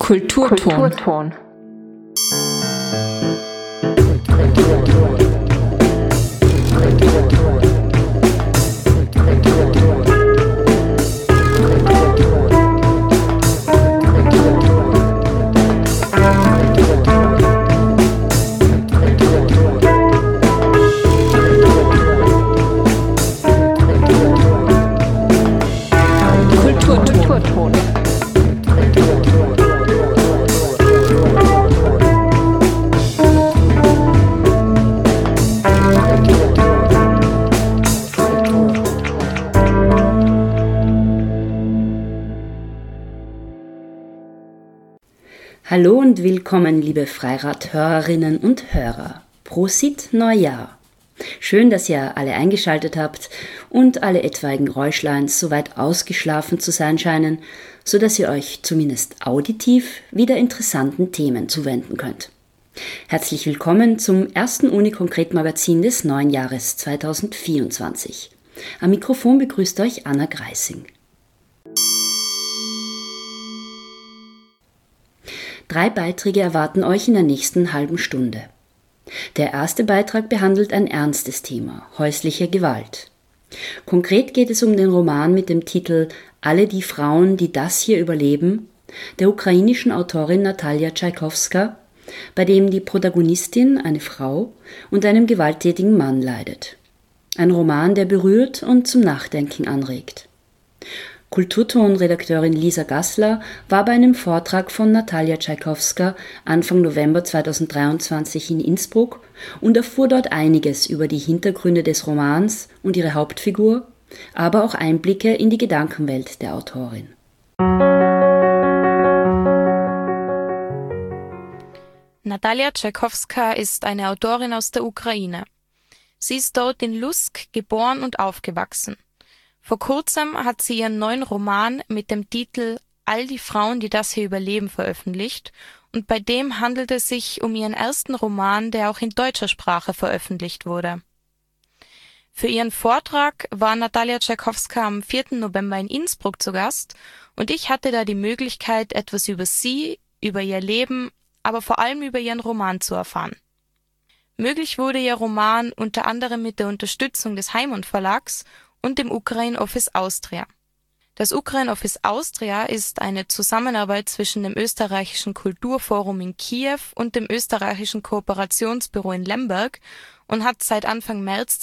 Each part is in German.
Kulturton. Hallo und willkommen, liebe Freirad-Hörerinnen und Hörer. Prosit Neujahr! Schön, dass ihr alle eingeschaltet habt und alle etwaigen Räuschleins soweit ausgeschlafen zu sein scheinen, sodass ihr euch zumindest auditiv wieder interessanten Themen zuwenden könnt. Herzlich willkommen zum ersten Uni-Konkret-Magazin des neuen Jahres 2024. Am Mikrofon begrüßt euch Anna Greising. 3 Beiträge erwarten euch in der nächsten halben Stunde. Der erste Beitrag behandelt ein ernstes Thema, häusliche Gewalt. Konkret geht es um den Roman mit dem Titel Alle die Frauen, die das hier überleben, der ukrainischen Autorin Natalia Tschajkowska, bei dem die Protagonistin, eine Frau, unter einem gewalttätigen Mann leidet. Ein Roman, der berührt und zum Nachdenken anregt. Kulturton-Redakteurin Lisa Gassler war bei einem Vortrag von Natalia Tschajkowska Anfang November 2023 in Innsbruck und erfuhr dort einiges über die Hintergründe des Romans und ihre Hauptfigur, aber auch Einblicke in die Gedankenwelt der Autorin. Natalia Tschajkowska ist eine Autorin aus der Ukraine. Sie ist dort in Lusk geboren und aufgewachsen. Vor kurzem hat sie ihren neuen Roman mit dem Titel All die Frauen, die das hier überleben veröffentlicht, und bei dem handelt es sich um ihren ersten Roman, der auch in deutscher Sprache veröffentlicht wurde. Für ihren Vortrag war Natalia Tschajkowska am 4. November in Innsbruck zu Gast und ich hatte da die Möglichkeit, etwas über sie, über ihr Leben, aber vor allem über ihren Roman zu erfahren. Möglich wurde ihr Roman unter anderem mit der Unterstützung des Heimont Verlags und dem Ukraine Office Austria. Das Ukraine Office Austria ist eine Zusammenarbeit zwischen dem österreichischen Kulturforum in Kiew und dem österreichischen Kooperationsbüro in Lemberg und hat seit Anfang März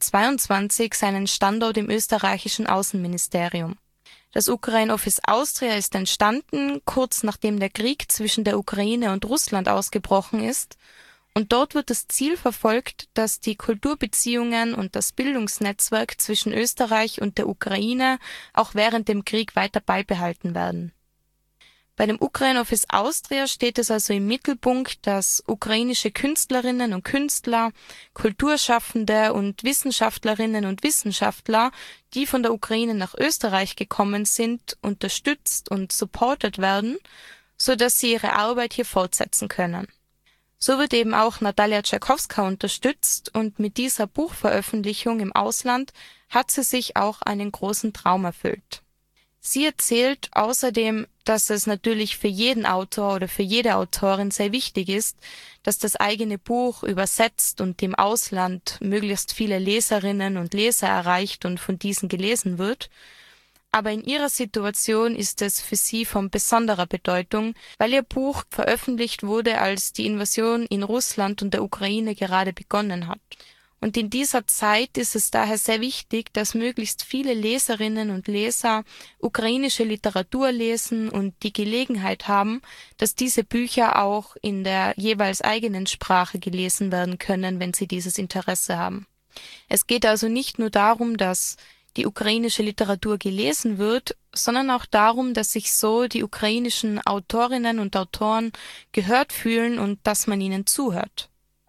2022 seinen Standort im österreichischen Außenministerium. Das Ukraine Office Austria ist entstanden, kurz nachdem der Krieg zwischen der Ukraine und Russland ausgebrochen ist, und dort wird das Ziel verfolgt, dass die Kulturbeziehungen und das Bildungsnetzwerk zwischen Österreich und der Ukraine auch während dem Krieg weiter beibehalten werden. Bei dem Ukraine Office Austria steht es also im Mittelpunkt, dass ukrainische Künstlerinnen und Künstler, Kulturschaffende und Wissenschaftlerinnen und Wissenschaftler, die von der Ukraine nach Österreich gekommen sind, unterstützt und supported werden, so dass sie ihre Arbeit hier fortsetzen können. So wird eben auch Natalia Tschajkowska unterstützt und mit dieser Buchveröffentlichung im Ausland hat sie sich auch einen großen Traum erfüllt. Sie erzählt außerdem, dass es natürlich für jeden Autor oder für jede Autorin sehr wichtig ist, dass das eigene Buch übersetzt und im Ausland möglichst viele Leserinnen und Leser erreicht und von diesen gelesen wird. Aber in ihrer Situation ist es für sie von besonderer Bedeutung, weil ihr Buch veröffentlicht wurde, als die Invasion in Russland und der Ukraine gerade begonnen hat. Und in dieser Zeit ist es daher sehr wichtig, dass möglichst viele Leserinnen und Leser ukrainische Literatur lesen und die Gelegenheit haben, dass diese Bücher auch in der jeweils eigenen Sprache gelesen werden können, wenn sie dieses Interesse haben. Es geht also nicht nur darum, dass die ukrainische Literatur gelesen wird, sondern auch darum, dass sich so die ukrainischen Autorinnen und Autoren gehört fühlen und dass man ihnen zuhört.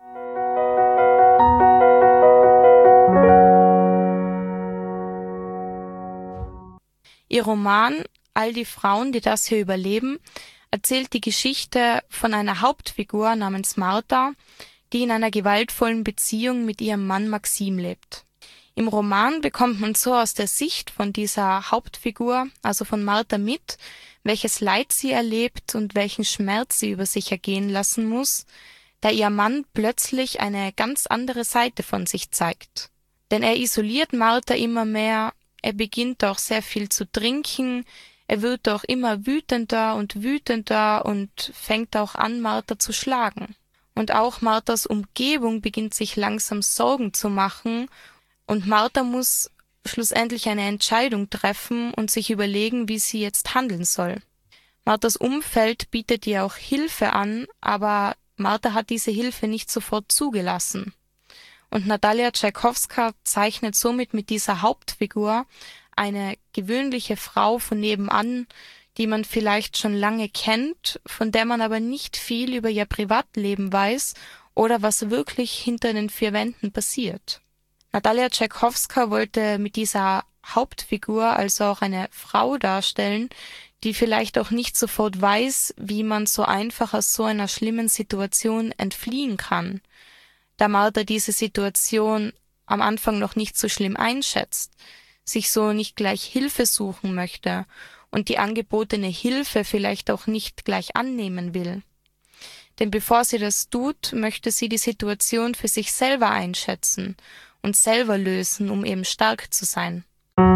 Ihr Roman All die Frauen, die das hier überleben, erzählt die Geschichte von einer Hauptfigur namens Marta, die in einer gewaltvollen Beziehung mit ihrem Mann Maxim lebt. Im Roman bekommt man so aus der Sicht von dieser Hauptfigur, also von Martha, mit, welches Leid sie erlebt und welchen Schmerz sie über sich ergehen lassen muss, da ihr Mann plötzlich eine ganz andere Seite von sich zeigt. Denn er isoliert Martha immer mehr, er beginnt auch sehr viel zu trinken, er wird auch immer wütender und fängt auch an, Martha zu schlagen. Und auch Marthas Umgebung beginnt sich langsam Sorgen zu machen und Martha muss schlussendlich eine Entscheidung treffen und sich überlegen, wie sie jetzt handeln soll. Marthas Umfeld bietet ihr auch Hilfe an, aber Martha hat diese Hilfe nicht sofort zugelassen. Und Natalia Tschaikowska zeichnet somit mit dieser Hauptfigur eine gewöhnliche Frau von nebenan, die man vielleicht schon lange kennt, von der man aber nicht viel über ihr Privatleben weiß oder was wirklich hinter den vier Wänden passiert. Natalia Tschaikowska wollte mit dieser Hauptfigur also auch eine Frau darstellen, die vielleicht auch nicht sofort weiß, wie man so einfach aus so einer schlimmen Situation entfliehen kann, da Martha diese Situation am Anfang noch nicht so schlimm einschätzt, sich so nicht gleich Hilfe suchen möchte und die angebotene Hilfe vielleicht auch nicht gleich annehmen will. Denn bevor sie das tut, möchte sie die Situation für sich selber einschätzen und selber lösen, um eben stark zu sein.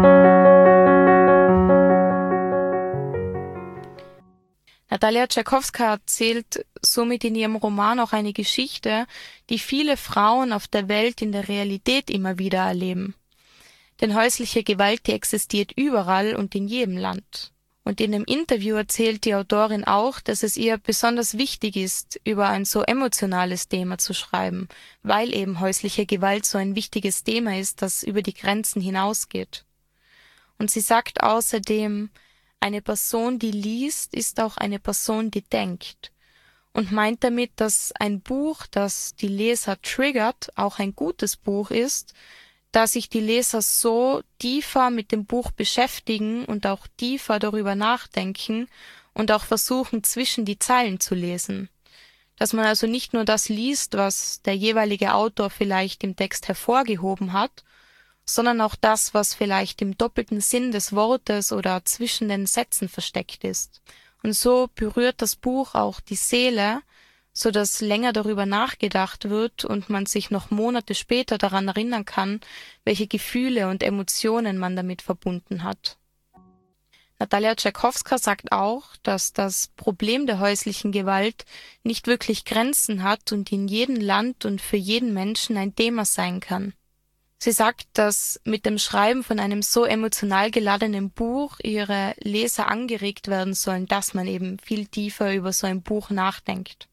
Natalia Tschaikowska erzählt somit in ihrem Roman auch eine Geschichte, die viele Frauen auf der Welt in der Realität immer wieder erleben. Denn häusliche Gewalt, die existiert überall und in jedem Land. Und in dem Interview erzählt die Autorin auch, dass es ihr besonders wichtig ist, über ein so emotionales Thema zu schreiben, weil eben häusliche Gewalt so ein wichtiges Thema ist, das über die Grenzen hinausgeht. Und sie sagt außerdem, eine Person, die liest, ist auch eine Person, die denkt. Und meint damit, dass ein Buch, das die Leser triggert, auch ein gutes Buch ist, da sich die Leser so tiefer mit dem Buch beschäftigen und auch tiefer darüber nachdenken und auch versuchen, zwischen die Zeilen zu lesen. Dass man also nicht nur das liest, was der jeweilige Autor vielleicht im Text hervorgehoben hat, sondern auch das, was vielleicht im doppelten Sinn des Wortes oder zwischen den Sätzen versteckt ist. Und so berührt das Buch auch die Seele, so dass länger darüber nachgedacht wird und man sich noch Monate später daran erinnern kann, welche Gefühle und Emotionen man damit verbunden hat. Natalia Tschaikowska sagt auch, dass das Problem der häuslichen Gewalt nicht wirklich Grenzen hat und in jedem Land und für jeden Menschen ein Thema sein kann. Sie sagt, dass mit dem Schreiben von einem so emotional geladenen Buch ihre Leser angeregt werden sollen, dass man eben viel tiefer über so ein Buch nachdenkt.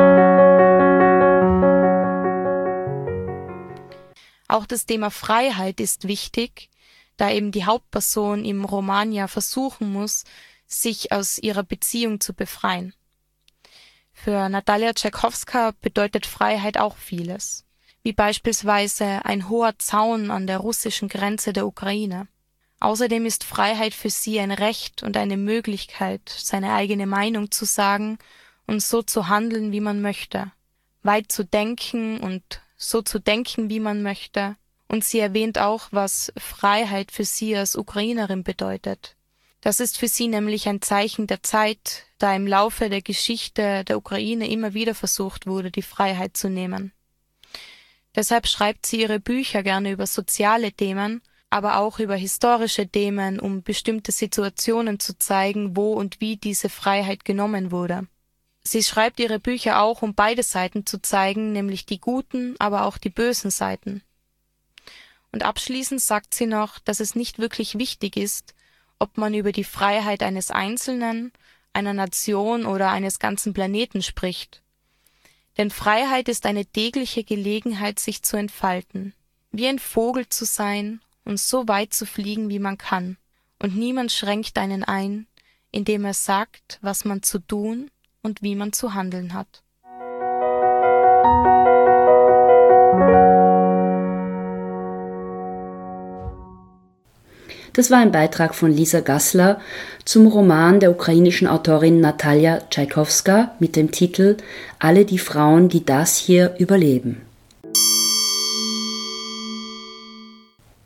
Auch das Thema Freiheit ist wichtig, da eben die Hauptperson im Roman ja versuchen muss, sich aus ihrer Beziehung zu befreien. Für Natalia Tschaikowska bedeutet Freiheit auch vieles, wie beispielsweise ein hoher Zaun an der russischen Grenze der Ukraine. Außerdem ist Freiheit für sie ein Recht und eine Möglichkeit, seine eigene Meinung zu sagen und so zu handeln, wie man möchte, weit zu denken und so zu denken, wie man möchte. Und sie erwähnt auch, was Freiheit für sie als Ukrainerin bedeutet. Das ist für sie nämlich ein Zeichen der Zeit, da im Laufe der Geschichte der Ukraine immer wieder versucht wurde, die Freiheit zu nehmen. Deshalb schreibt sie ihre Bücher gerne über soziale Themen, aber auch über historische Themen, um bestimmte Situationen zu zeigen, wo und wie diese Freiheit genommen wurde. Sie schreibt ihre Bücher auch, um beide Seiten zu zeigen, nämlich die guten, aber auch die bösen Seiten. Und abschließend sagt sie noch, dass es nicht wirklich wichtig ist, ob man über die Freiheit eines Einzelnen, einer Nation oder eines ganzen Planeten spricht. Denn Freiheit ist eine tägliche Gelegenheit, sich zu entfalten, wie ein Vogel zu sein und so weit zu fliegen, wie man kann. Und niemand schränkt einen ein, indem er sagt, was man zu tun und wie man zu handeln hat. Das war ein Beitrag von Lisa Gassler zum Roman der ukrainischen Autorin Natalia Tschaikowska mit dem Titel »Alle die Frauen, die das hier überleben«.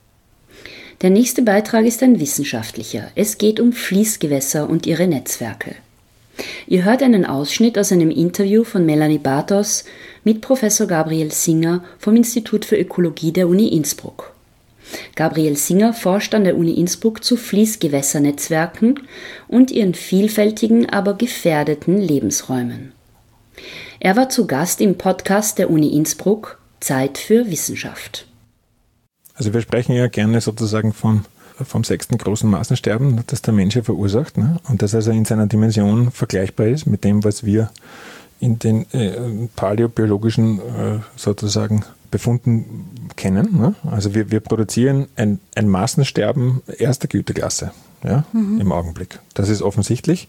Der nächste Beitrag ist ein wissenschaftlicher. Es geht um Fließgewässer und ihre Netzwerke. Ihr hört einen Ausschnitt aus einem Interview von Melanie Bartos mit Professor Gabriel Singer vom Institut für Ökologie der Uni Innsbruck. Gabriel Singer forscht an der Uni Innsbruck zu Fließgewässernetzwerken und ihren vielfältigen, aber gefährdeten Lebensräumen. Er war zu Gast im Podcast der Uni Innsbruck Zeit für Wissenschaft. Also wir sprechen ja gerne sozusagen vom 6. großen Massensterben, das der Mensch ja verursacht, ne? Und das also in seiner Dimension vergleichbar ist mit dem, was wir in den paläobiologischen sozusagen Befunden kennen. Ne? Also wir produzieren ein Massensterben erster Güteklasse, ja, im Augenblick. Das ist offensichtlich.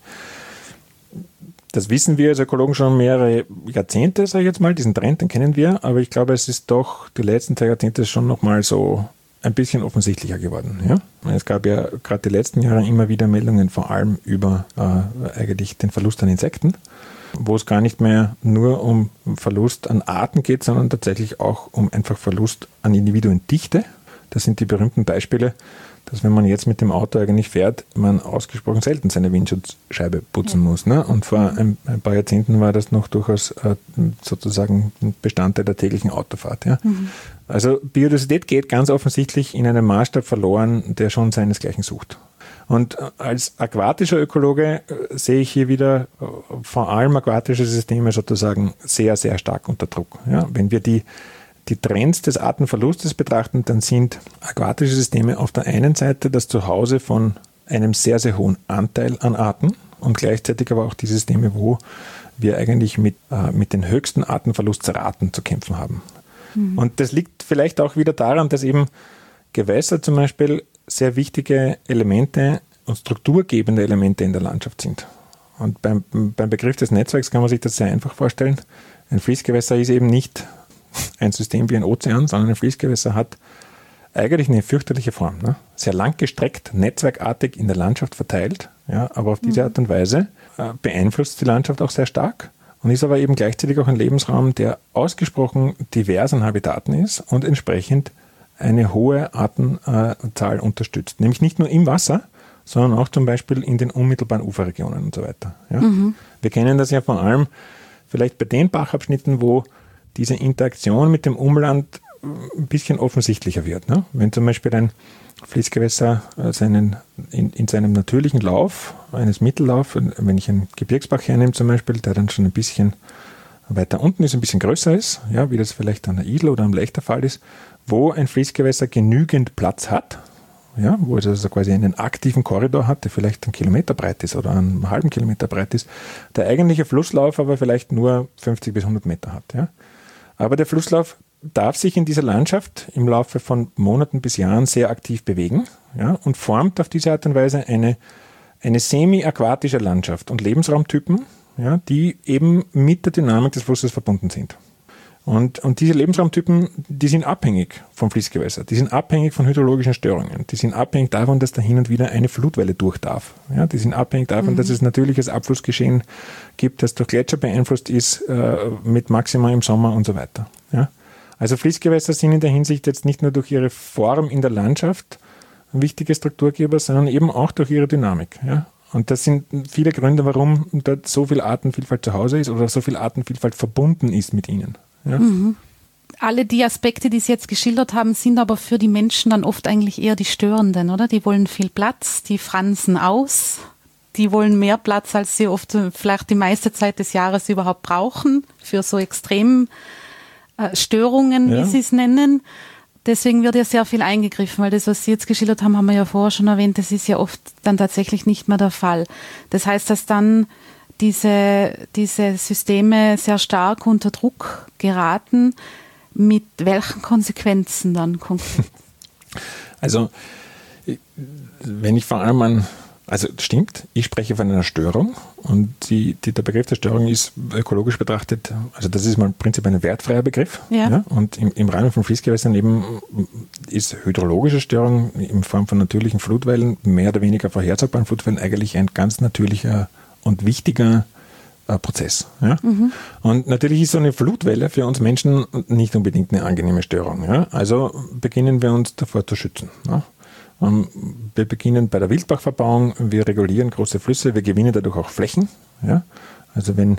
Das wissen wir als Ökologen schon mehrere Jahrzehnte, sage ich jetzt mal. Diesen Trend, den kennen wir. Aber ich glaube, es ist doch die letzten 2 Jahrzehnte schon nochmal so ein bisschen offensichtlicher geworden. Ja? Es gab ja gerade die letzten Jahre immer wieder Meldungen, vor allem über eigentlich den Verlust an Insekten, wo es gar nicht mehr nur um Verlust an Arten geht, sondern tatsächlich auch um einfach Verlust an Individuendichte. Das sind die berühmten Beispiele, dass wenn man jetzt mit dem Auto eigentlich fährt, man ausgesprochen selten seine Windschutzscheibe putzen muss. Ne? Und vor ein paar Jahrzehnten war das noch durchaus sozusagen Bestandteil der täglichen Autofahrt. Ja? Also Biodiversität geht ganz offensichtlich in einem Maßstab verloren, der schon seinesgleichen sucht. Und als aquatischer Ökologe sehe ich hier wieder vor allem aquatische Systeme sozusagen sehr, sehr stark unter Druck. Ja? Wenn wir die Trends des Artenverlustes betrachten, dann sind aquatische Systeme auf der einen Seite das Zuhause von einem sehr, sehr hohen Anteil an Arten und gleichzeitig aber auch die Systeme, wo wir eigentlich mit den höchsten Artenverlustraten zu kämpfen haben. Und das liegt vielleicht auch wieder daran, dass eben Gewässer zum Beispiel sehr wichtige Elemente und strukturgebende Elemente in der Landschaft sind. Und beim Begriff des Netzwerks kann man sich das sehr einfach vorstellen. Ein Fließgewässer ist eben nicht ein System wie ein Ozean, sondern ein Fließgewässer hat eigentlich eine fürchterliche Form. Ne? Sehr lang gestreckt, netzwerkartig in der Landschaft verteilt, ja, aber auf diese Art und Weise beeinflusst die Landschaft auch sehr stark und ist aber eben gleichzeitig auch ein Lebensraum, der ausgesprochen divers an Habitaten ist und entsprechend eine hohe Artenzahl unterstützt. Nämlich nicht nur im Wasser, sondern auch zum Beispiel in den unmittelbaren Uferregionen und so weiter. Ja? Wir kennen das ja vor allem vielleicht bei den Bachabschnitten, wo diese Interaktion mit dem Umland ein bisschen offensichtlicher wird. Ne? Wenn zum Beispiel ein Fließgewässer in seinem natürlichen Lauf, eines Mittellauf, wenn ich einen Gebirgsbach hernehme zum Beispiel, der dann schon ein bisschen weiter unten ist, ein bisschen größer ist, ja, wie das vielleicht an der Isel oder am Lech der Fall ist, wo ein Fließgewässer genügend Platz hat, ja, wo es also quasi einen aktiven Korridor hat, der vielleicht 1 Kilometer breit ist oder einen halben Kilometer breit ist, der eigentliche Flusslauf aber vielleicht nur 50 bis 100 Meter hat. Ja. Aber der Flusslauf darf sich in dieser Landschaft im Laufe von Monaten bis Jahren sehr aktiv bewegen, ja, und formt auf diese Art und Weise eine semi-aquatische Landschaft und Lebensraumtypen, ja, die eben mit der Dynamik des Flusses verbunden sind. Und diese Lebensraumtypen, die sind abhängig vom Fließgewässer, die sind abhängig von hydrologischen Störungen, die sind abhängig davon, dass da hin und wieder eine Flutwelle durch darf. Ja, die sind abhängig davon, dass es natürliches Abflussgeschehen gibt, das durch Gletscher beeinflusst ist, mit Maxima im Sommer und so weiter. Ja. Also Fließgewässer sind in der Hinsicht jetzt nicht nur durch ihre Form in der Landschaft wichtige Strukturgeber, sondern eben auch durch ihre Dynamik. Ja. Und das sind viele Gründe, warum dort so viel Artenvielfalt zu Hause ist oder so viel Artenvielfalt verbunden ist mit ihnen. Ja. Alle die Aspekte, die Sie jetzt geschildert haben, sind aber für die Menschen dann oft eigentlich eher die störenden, oder? Die wollen viel Platz, die fransen aus, die wollen mehr Platz, als sie oft vielleicht die meiste Zeit des Jahres überhaupt brauchen, für so extrem Störungen, wie Sie es nennen. Deswegen wird ja sehr viel eingegriffen, weil das, was Sie jetzt geschildert haben, haben wir ja vorher schon erwähnt, das ist ja oft dann tatsächlich nicht mehr der Fall. Das heißt, dass dann diese Systeme sehr stark unter Druck geraten. Mit welchen Konsequenzen dann konkret? Also, wenn ich vor allem also stimmt, ich spreche von einer Störung und der Begriff der Störung ist ökologisch betrachtet, also das ist mal im Prinzip ein wertfreier Begriff. Ja. Ja, und im Rahmen von Fließgewässern eben ist hydrologische Störung in Form von natürlichen Flutwellen, mehr oder weniger vorhersagbaren Flutwellen, eigentlich ein ganz natürlicher und wichtiger Prozess. Ja? Und natürlich ist so eine Flutwelle für uns Menschen nicht unbedingt eine angenehme Störung. Ja? Also beginnen wir uns davor zu schützen. Ja? Wir beginnen bei der Wildbachverbauung, wir regulieren große Flüsse, wir gewinnen dadurch auch Flächen. Ja? Also wenn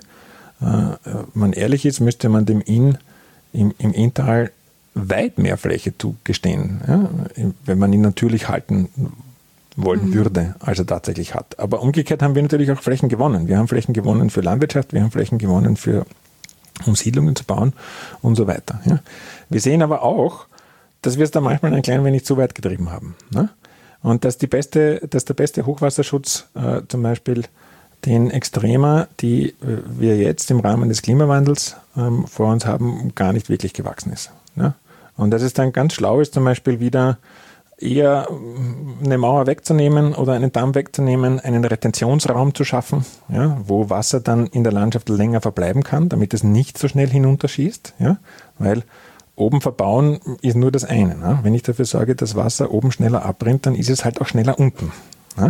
man ehrlich ist, müsste man dem Inn im Inntal weit mehr Fläche zugestehen, ja? Wenn man ihn natürlich halten wollen würde, als er tatsächlich hat. Aber umgekehrt haben wir natürlich auch Flächen gewonnen. Wir haben Flächen gewonnen für Landwirtschaft, wir haben Flächen gewonnen um Siedlungen zu bauen und so weiter. Ja? Wir sehen aber auch, dass wir es da manchmal ein klein wenig zu weit getrieben haben. Ne? Und dass der beste Hochwasserschutz zum Beispiel den Extremer, die wir jetzt im Rahmen des Klimawandels vor uns haben, gar nicht wirklich gewachsen ist. Ne? Und dass es dann ganz schlau ist, zum Beispiel wieder eher eine Mauer wegzunehmen oder einen Damm wegzunehmen, einen Retentionsraum zu schaffen, ja, wo Wasser dann in der Landschaft länger verbleiben kann, damit es nicht so schnell hinunterschießt, ja, weil oben verbauen ist nur das eine. Ne? Wenn ich dafür sorge, dass Wasser oben schneller abrinnt, dann ist es halt auch schneller unten. Ne?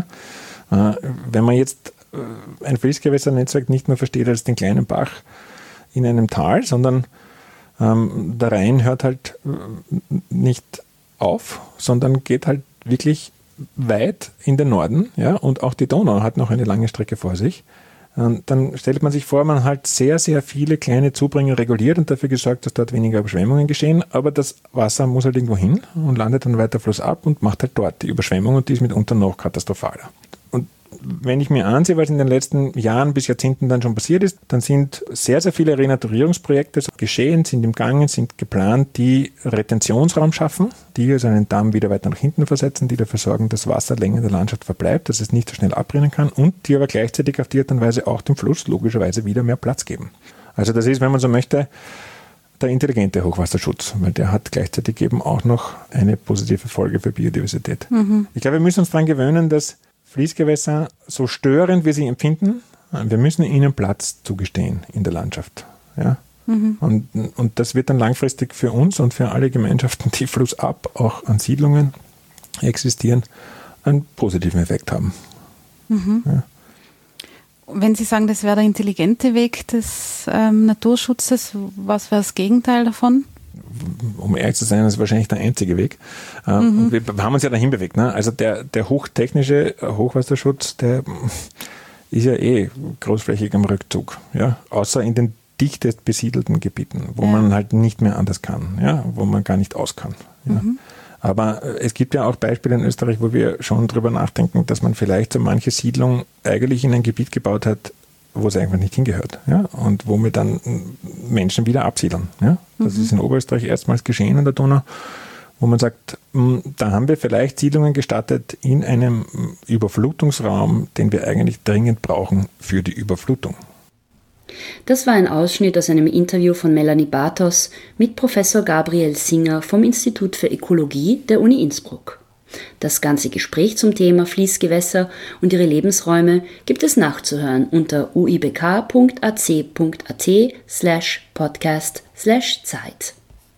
Wenn man jetzt ein Fließgewässernetzwerk nicht nur versteht als den kleinen Bach in einem Tal, sondern der Rhein hört halt nicht auf, sondern geht halt wirklich weit in den Norden, ja, und auch die Donau hat noch eine lange Strecke vor sich. Dann stellt man sich vor, man hat sehr, sehr viele kleine Zubringer reguliert und dafür gesorgt, dass dort weniger Überschwemmungen geschehen, aber das Wasser muss halt irgendwo hin und landet dann weiter flussab und macht halt dort die Überschwemmung und die ist mitunter noch katastrophaler. Und wenn ich mir ansehe, was in den letzten Jahren bis Jahrzehnten dann schon passiert ist, dann sind sehr, sehr viele Renaturierungsprojekte geschehen, sind im Gange, sind geplant, die Retentionsraum schaffen, die also einen Damm wieder weiter nach hinten versetzen, die dafür sorgen, dass Wasser länger in der Landschaft verbleibt, dass es nicht so schnell abrinnen kann und die aber gleichzeitig auf die Art und Weise auch dem Fluss logischerweise wieder mehr Platz geben. Also das ist, wenn man so möchte, der intelligente Hochwasserschutz, weil der hat gleichzeitig eben auch noch eine positive Folge für Biodiversität. Ich glaube, wir müssen uns daran gewöhnen, dass Fließgewässer, so störend wir sie empfinden, wir müssen ihnen Platz zugestehen in der Landschaft. Ja? Und das wird dann langfristig für uns und für alle Gemeinschaften, die flussab auch an Siedlungen existieren, einen positiven Effekt haben. Ja. Wenn Sie sagen, das wäre der intelligente Weg des Naturschutzes, was wäre das Gegenteil davon? Um ehrlich zu sein, das ist wahrscheinlich der einzige Weg. Und wir haben uns ja dahin bewegt. Ne? Also der hochtechnische Hochwasserschutz, der ist ja großflächig am Rückzug. Ja? Außer in den dichtest besiedelten Gebieten, wo man halt nicht mehr anders kann, ja? Wo man gar nicht aus kann. Ja? Aber es gibt ja auch Beispiele in Österreich, wo wir schon drüber nachdenken, dass man vielleicht so manche Siedlung eigentlich in ein Gebiet gebaut hat, wo es einfach nicht hingehört, ja, und wo wir dann Menschen wieder absiedeln. Ja. Das ist in Oberösterreich erstmals geschehen an der Donau, wo man sagt, da haben wir vielleicht Siedlungen gestartet in einem Überflutungsraum, den wir eigentlich dringend brauchen für die Überflutung. Das war ein Ausschnitt aus einem Interview von Melanie Bartos mit Professor Gabriel Singer vom Institut für Ökologie der Uni Innsbruck. Das ganze Gespräch zum Thema Fließgewässer und ihre Lebensräume gibt es nachzuhören unter uibk.ac.at/podcast/Zeit.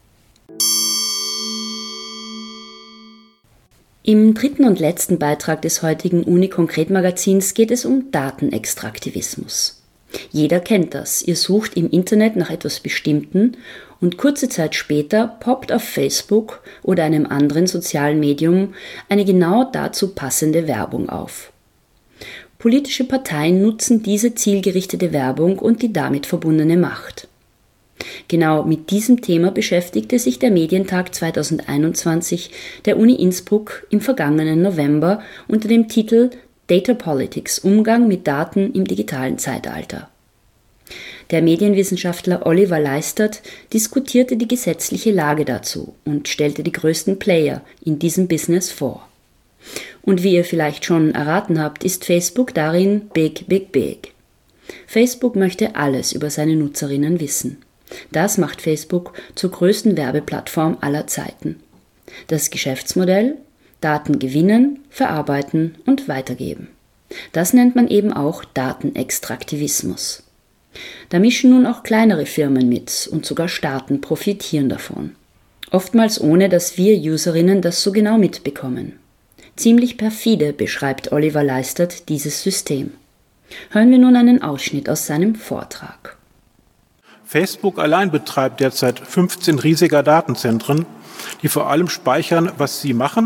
Im dritten und letzten Beitrag des heutigen Uni-Konkret-Magazins geht es um Datenextraktivismus. Jeder kennt das. Ihr sucht im Internet nach etwas Bestimmten und kurze Zeit später poppt auf Facebook oder einem anderen sozialen Medium eine genau dazu passende Werbung auf. Politische Parteien nutzen diese zielgerichtete Werbung und die damit verbundene Macht. Genau mit diesem Thema beschäftigte sich der Medientag 2021 der Uni Innsbruck im vergangenen November unter dem Titel Data Politics – Umgang mit Daten im digitalen Zeitalter. Der Medienwissenschaftler Oliver Leistert diskutierte die gesetzliche Lage dazu und stellte die größten Player in diesem Business vor. Und wie ihr vielleicht schon erraten habt, ist Facebook darin big, big, big. Facebook möchte alles über seine Nutzerinnen wissen. Das macht Facebook zur größten Werbeplattform aller Zeiten. Das Geschäftsmodell: Daten gewinnen, verarbeiten und weitergeben. Das nennt man eben auch Datenextraktivismus. Da mischen nun auch kleinere Firmen mit und sogar Staaten profitieren davon. Oftmals ohne, dass wir Userinnen das so genau mitbekommen. Ziemlich perfide beschreibt Oliver Leistert dieses System. Hören wir nun einen Ausschnitt aus seinem Vortrag. Facebook allein betreibt derzeit 15 riesiger Datenzentren, die vor allem speichern, was Sie machen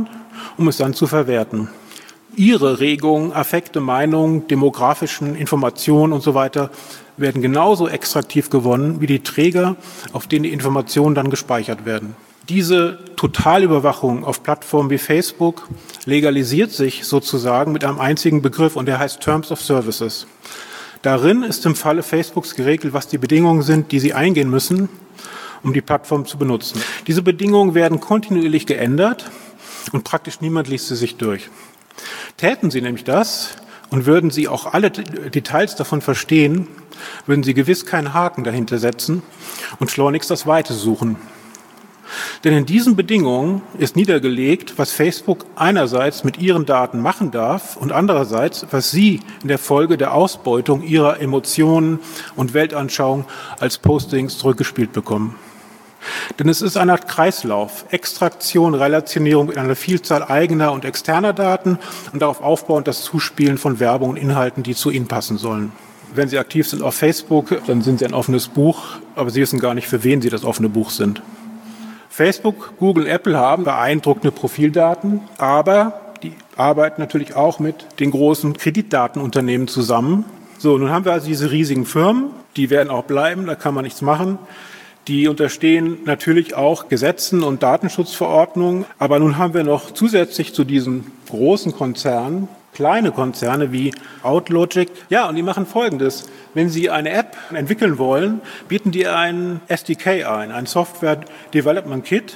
um es dann zu verwerten. Ihre Regungen, Affekte, Meinungen, demografischen Informationen und so weiter werden genauso extraktiv gewonnen wie die Träger, auf denen die Informationen dann gespeichert werden. Diese Totalüberwachung auf Plattformen wie Facebook legalisiert sich sozusagen mit einem einzigen Begriff und der heißt Terms of Services. Darin ist im Falle Facebooks geregelt, was die Bedingungen sind, die Sie eingehen müssen, um die Plattform zu benutzen. Diese Bedingungen werden kontinuierlich geändert und praktisch niemand liest sie sich durch. Täten Sie nämlich das und würden Sie auch alle Details davon verstehen, würden Sie gewiss keinen Haken dahinter setzen und schleunigst das Weite suchen. Denn in diesen Bedingungen ist niedergelegt, was Facebook einerseits mit Ihren Daten machen darf und andererseits, was Sie in der Folge der Ausbeutung Ihrer Emotionen und Weltanschauung als Postings zurückgespielt bekommen. Denn es ist eine Art Kreislauf, Extraktion, Relationierung mit einer Vielzahl eigener und externer Daten und darauf aufbauend das Zuspielen von Werbung und Inhalten, die zu Ihnen passen sollen. Wenn Sie aktiv sind auf Facebook, dann sind Sie ein offenes Buch, aber Sie wissen gar nicht, für wen Sie das offene Buch sind. Facebook, Google, Apple haben beeindruckende Profildaten, aber die arbeiten natürlich auch mit den großen Kreditdatenunternehmen zusammen. So, nun haben wir also diese riesigen Firmen, die werden auch bleiben, da kann man nichts machen. Die unterstehen natürlich auch Gesetzen und Datenschutzverordnungen. Aber nun haben wir noch zusätzlich zu diesen großen Konzernen kleine Konzerne wie Outlogic. Ja, und die machen Folgendes. Wenn Sie eine App entwickeln wollen, bieten die ein SDK ein Software Development Kit,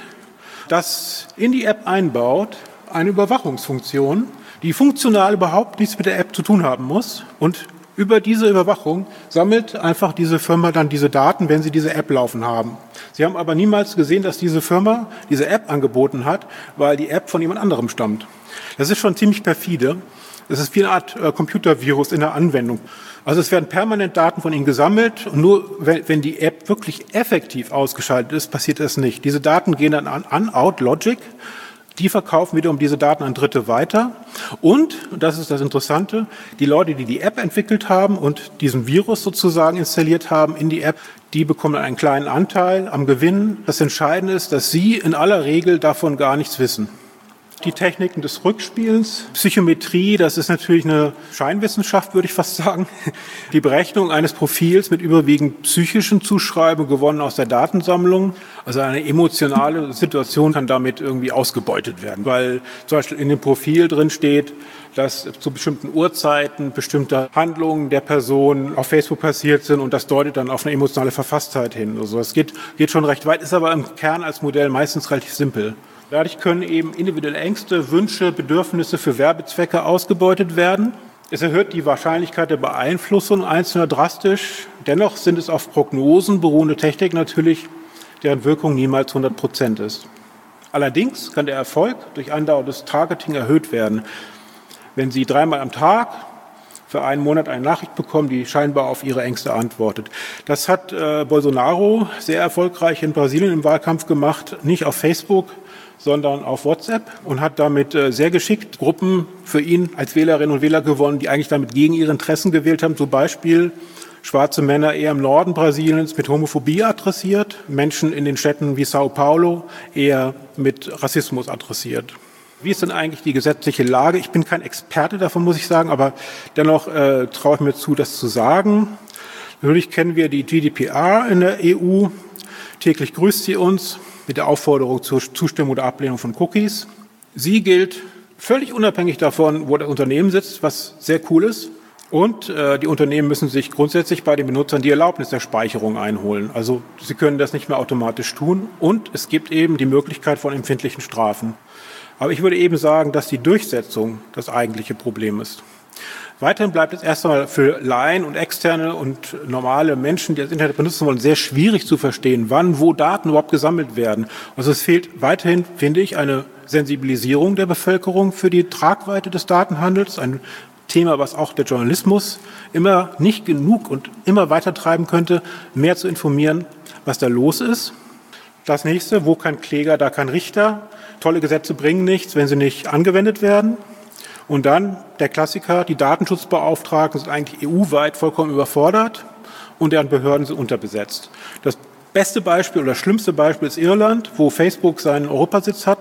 das in die App einbaut eine Überwachungsfunktion, die funktional überhaupt nichts mit der App zu tun haben muss. Und über diese Überwachung sammelt einfach diese Firma dann diese Daten, wenn sie diese App laufen haben. Sie haben aber niemals gesehen, dass diese Firma diese App angeboten hat, weil die App von jemand anderem stammt. Das ist schon ziemlich perfide. Das ist wie eine Art Computervirus in der Anwendung. Also es werden permanent Daten von Ihnen gesammelt und nur wenn die App wirklich effektiv ausgeschaltet ist, passiert das nicht. Diese Daten gehen dann an Outlogic. Die verkaufen wiederum diese Daten an Dritte weiter. Und das ist das Interessante, die Leute, die die App entwickelt haben und diesen Virus sozusagen installiert haben in die App, die bekommen einen kleinen Anteil am Gewinn. Das Entscheidende ist, dass sie in aller Regel davon gar nichts wissen. Die Techniken des Rückspielens, Psychometrie, das ist natürlich eine Scheinwissenschaft, würde ich fast sagen. Die Berechnung eines Profils mit überwiegend psychischen Zuschreibungen gewonnen aus der Datensammlung. Also eine emotionale Situation kann damit irgendwie ausgebeutet werden, weil zum Beispiel in dem Profil drin steht, dass zu bestimmten Uhrzeiten bestimmte Handlungen der Person auf Facebook passiert sind und das deutet dann auf eine emotionale Verfasstheit hin. Also es geht schon recht weit, ist aber im Kern als Modell meistens relativ simpel. Dadurch können eben individuelle Ängste, Wünsche, Bedürfnisse für Werbezwecke ausgebeutet werden. Es erhöht die Wahrscheinlichkeit der Beeinflussung Einzelner drastisch. Dennoch sind es auf Prognosen beruhende Technik natürlich, deren Wirkung niemals 100% ist. Allerdings kann der Erfolg durch andauerndes Targeting erhöht werden. Wenn Sie 3-mal am Tag für einen Monat eine Nachricht bekommen, die scheinbar auf Ihre Ängste antwortet. Das hat Bolsonaro sehr erfolgreich in Brasilien im Wahlkampf gemacht, nicht auf Facebook, sondern auf WhatsApp und hat damit sehr geschickt Gruppen für ihn als Wählerinnen und Wähler gewonnen, die eigentlich damit gegen ihre Interessen gewählt haben. Zum Beispiel schwarze Männer eher im Norden Brasiliens mit Homophobie adressiert, Menschen in den Städten wie Sao Paulo eher mit Rassismus adressiert. Wie ist denn eigentlich die gesetzliche Lage? Ich bin kein Experte davon, muss ich sagen, aber dennoch traue ich mir zu, das zu sagen. Natürlich kennen wir die GDPR in der EU. Täglich grüßt sie uns mit der Aufforderung zur Zustimmung oder Ablehnung von Cookies. Sie gilt völlig unabhängig davon, wo das Unternehmen sitzt, was sehr cool ist. Und die Unternehmen müssen sich grundsätzlich bei den Benutzern die Erlaubnis der Speicherung einholen. Also sie können das nicht mehr automatisch tun. Und es gibt eben die Möglichkeit von empfindlichen Strafen. Aber ich würde eben sagen, dass die Durchsetzung das eigentliche Problem ist. Weiterhin bleibt es erst einmal für Laien und Externe und normale Menschen, die das Internet benutzen wollen, sehr schwierig zu verstehen, wann, wo Daten überhaupt gesammelt werden. Also es fehlt weiterhin, finde ich, eine Sensibilisierung der Bevölkerung für die Tragweite des Datenhandels. Ein Thema, was auch der Journalismus immer nicht genug und immer weiter treiben könnte, mehr zu informieren, was da los ist. Das nächste, wo kein Kläger, da kein Richter. Tolle Gesetze bringen nichts, wenn sie nicht angewendet werden. Und dann der Klassiker, die Datenschutzbeauftragten sind eigentlich EU-weit vollkommen überfordert und deren Behörden sind unterbesetzt. Das beste Beispiel oder schlimmste Beispiel ist Irland, wo Facebook seinen Europasitz hat.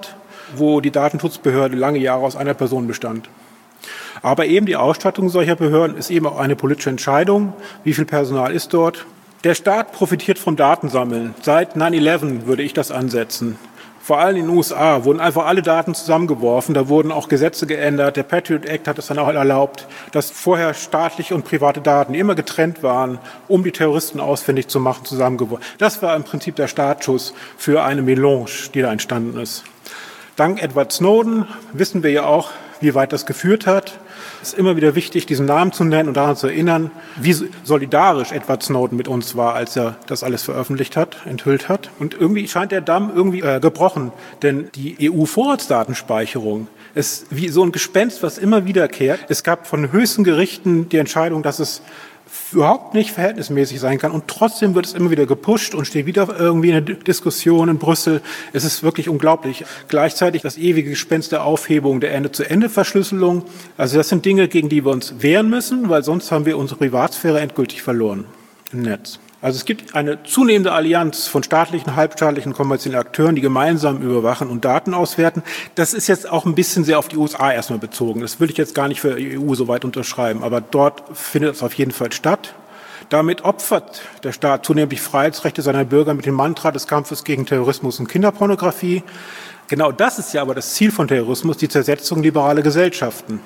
wo die Datenschutzbehörde lange Jahre aus einer Person bestand. Aber eben die Ausstattung solcher Behörden ist eben auch eine politische Entscheidung. Wie viel Personal ist dort? Der Staat profitiert vom Datensammeln. Seit 9/11 würde ich das ansetzen. Vor allem in den USA wurden einfach alle Daten zusammengeworfen. Da wurden auch Gesetze geändert. Der Patriot Act hat es dann auch erlaubt, dass vorher staatliche und private Daten, die immer getrennt waren, um die Terroristen ausfindig zu machen, zusammengeworfen. Das war im Prinzip der Startschuss für eine Melange, die da entstanden ist. Dank Edward Snowden wissen wir ja auch, wie weit das geführt hat. Es ist immer wieder wichtig, diesen Namen zu nennen und daran zu erinnern, wie solidarisch Edward Snowden mit uns war, als er das alles veröffentlicht hat, enthüllt hat. Und irgendwie scheint der Damm gebrochen, denn die EU-Vorratsdatenspeicherung ist wie so ein Gespenst, was immer wiederkehrt. Es gab von höchsten Gerichten die Entscheidung, dass es überhaupt nicht verhältnismäßig sein kann und trotzdem wird es immer wieder gepusht und steht wieder irgendwie eine Diskussion in Brüssel. Es ist wirklich unglaublich. Gleichzeitig das ewige Gespenst der Aufhebung, der Ende-zu-Ende-Verschlüsselung. Also das sind Dinge, gegen die wir uns wehren müssen, weil sonst haben wir unsere Privatsphäre endgültig verloren im Netz. Also es gibt eine zunehmende Allianz von staatlichen, halbstaatlichen, kommerziellen Akteuren, die gemeinsam überwachen und Daten auswerten. Das ist jetzt auch ein bisschen sehr auf die USA erstmal bezogen. Das will ich jetzt gar nicht für die EU so weit unterschreiben, aber dort findet es auf jeden Fall statt. Damit opfert der Staat zunehmend die Freiheitsrechte seiner Bürger mit dem Mantra des Kampfes gegen Terrorismus und Kinderpornografie. Genau das ist ja aber das Ziel von Terrorismus, die Zersetzung liberaler Gesellschaften.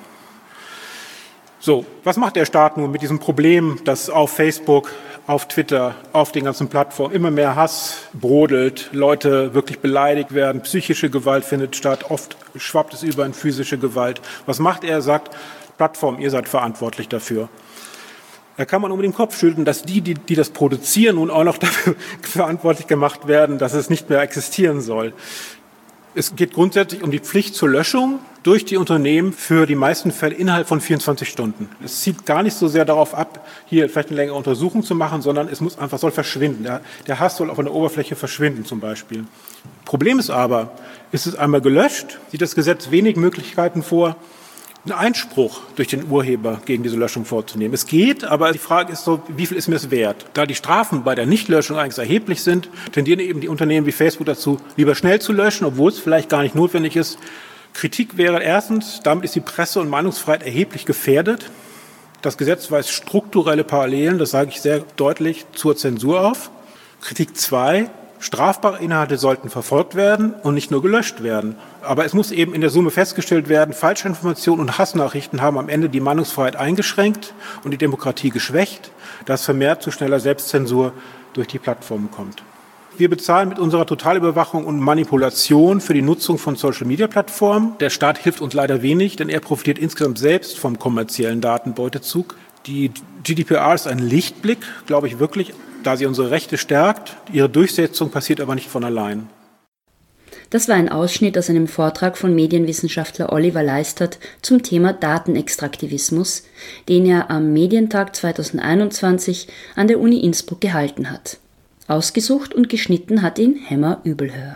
So, was macht der Staat nun mit diesem Problem, dass auf Facebook, auf Twitter, auf den ganzen Plattformen immer mehr Hass brodelt, Leute wirklich beleidigt werden, psychische Gewalt findet statt, oft schwappt es über in physische Gewalt. Was macht er? Er sagt, Plattform, ihr seid verantwortlich dafür. Da kann man nur mit dem Kopf schütteln, dass die das produzieren, nun auch noch dafür verantwortlich gemacht werden, dass es nicht mehr existieren soll. Es geht grundsätzlich um die Pflicht zur Löschung durch die Unternehmen für die meisten Fälle innerhalb von 24 Stunden. Es zielt gar nicht so sehr darauf ab, hier vielleicht eine längere Untersuchung zu machen, sondern es soll verschwinden. Der Hass soll auf der Oberfläche verschwinden zum Beispiel. Problem ist aber, ist es einmal gelöscht, sieht das Gesetz wenig Möglichkeiten vor, einen Einspruch durch den Urheber gegen diese Löschung vorzunehmen. Es geht, aber die Frage ist so, wie viel ist mir es wert? Da die Strafen bei der Nichtlöschung eigentlich erheblich sind, tendieren eben die Unternehmen wie Facebook dazu, lieber schnell zu löschen, obwohl es vielleicht gar nicht notwendig ist. Kritik wäre erstens, damit ist die Presse- und Meinungsfreiheit erheblich gefährdet. Das Gesetz weist strukturelle Parallelen, das sage ich sehr deutlich, zur Zensur auf. Kritik 2, strafbare Inhalte sollten verfolgt werden und nicht nur gelöscht werden. Aber es muss eben in der Summe festgestellt werden, Falschinformationen und Hassnachrichten haben am Ende die Meinungsfreiheit eingeschränkt und die Demokratie geschwächt, da es vermehrt zu schneller Selbstzensur durch die Plattformen kommt. Wir bezahlen mit unserer Totalüberwachung und Manipulation für die Nutzung von Social-Media-Plattformen. Der Staat hilft uns leider wenig, denn er profitiert insgesamt selbst vom kommerziellen Datenbeutezug. Die GDPR ist ein Lichtblick, glaube ich wirklich, da sie unsere Rechte stärkt. Ihre Durchsetzung passiert aber nicht von allein. Das war ein Ausschnitt aus einem Vortrag von Medienwissenschaftler Oliver Leistert zum Thema Datenextraktivismus, den er am Medientag 2021 an der Uni Innsbruck gehalten hat. Ausgesucht und geschnitten hat ihn Hemmer Übelhör.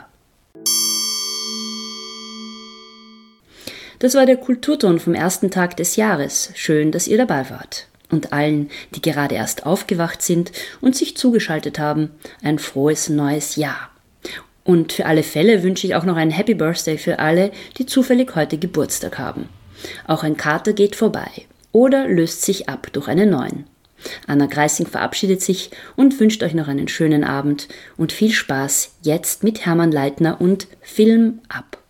Das war der Kulturton vom ersten Tag des Jahres. Schön, dass ihr dabei wart. Und allen, die gerade erst aufgewacht sind und sich zugeschaltet haben, ein frohes neues Jahr. Und für alle Fälle wünsche ich auch noch ein Happy Birthday für alle, die zufällig heute Geburtstag haben. Auch ein Kater geht vorbei oder löst sich ab durch einen neuen. Anna Greising verabschiedet sich und wünscht euch noch einen schönen Abend und viel Spaß jetzt mit Hermann Leitner und Film ab.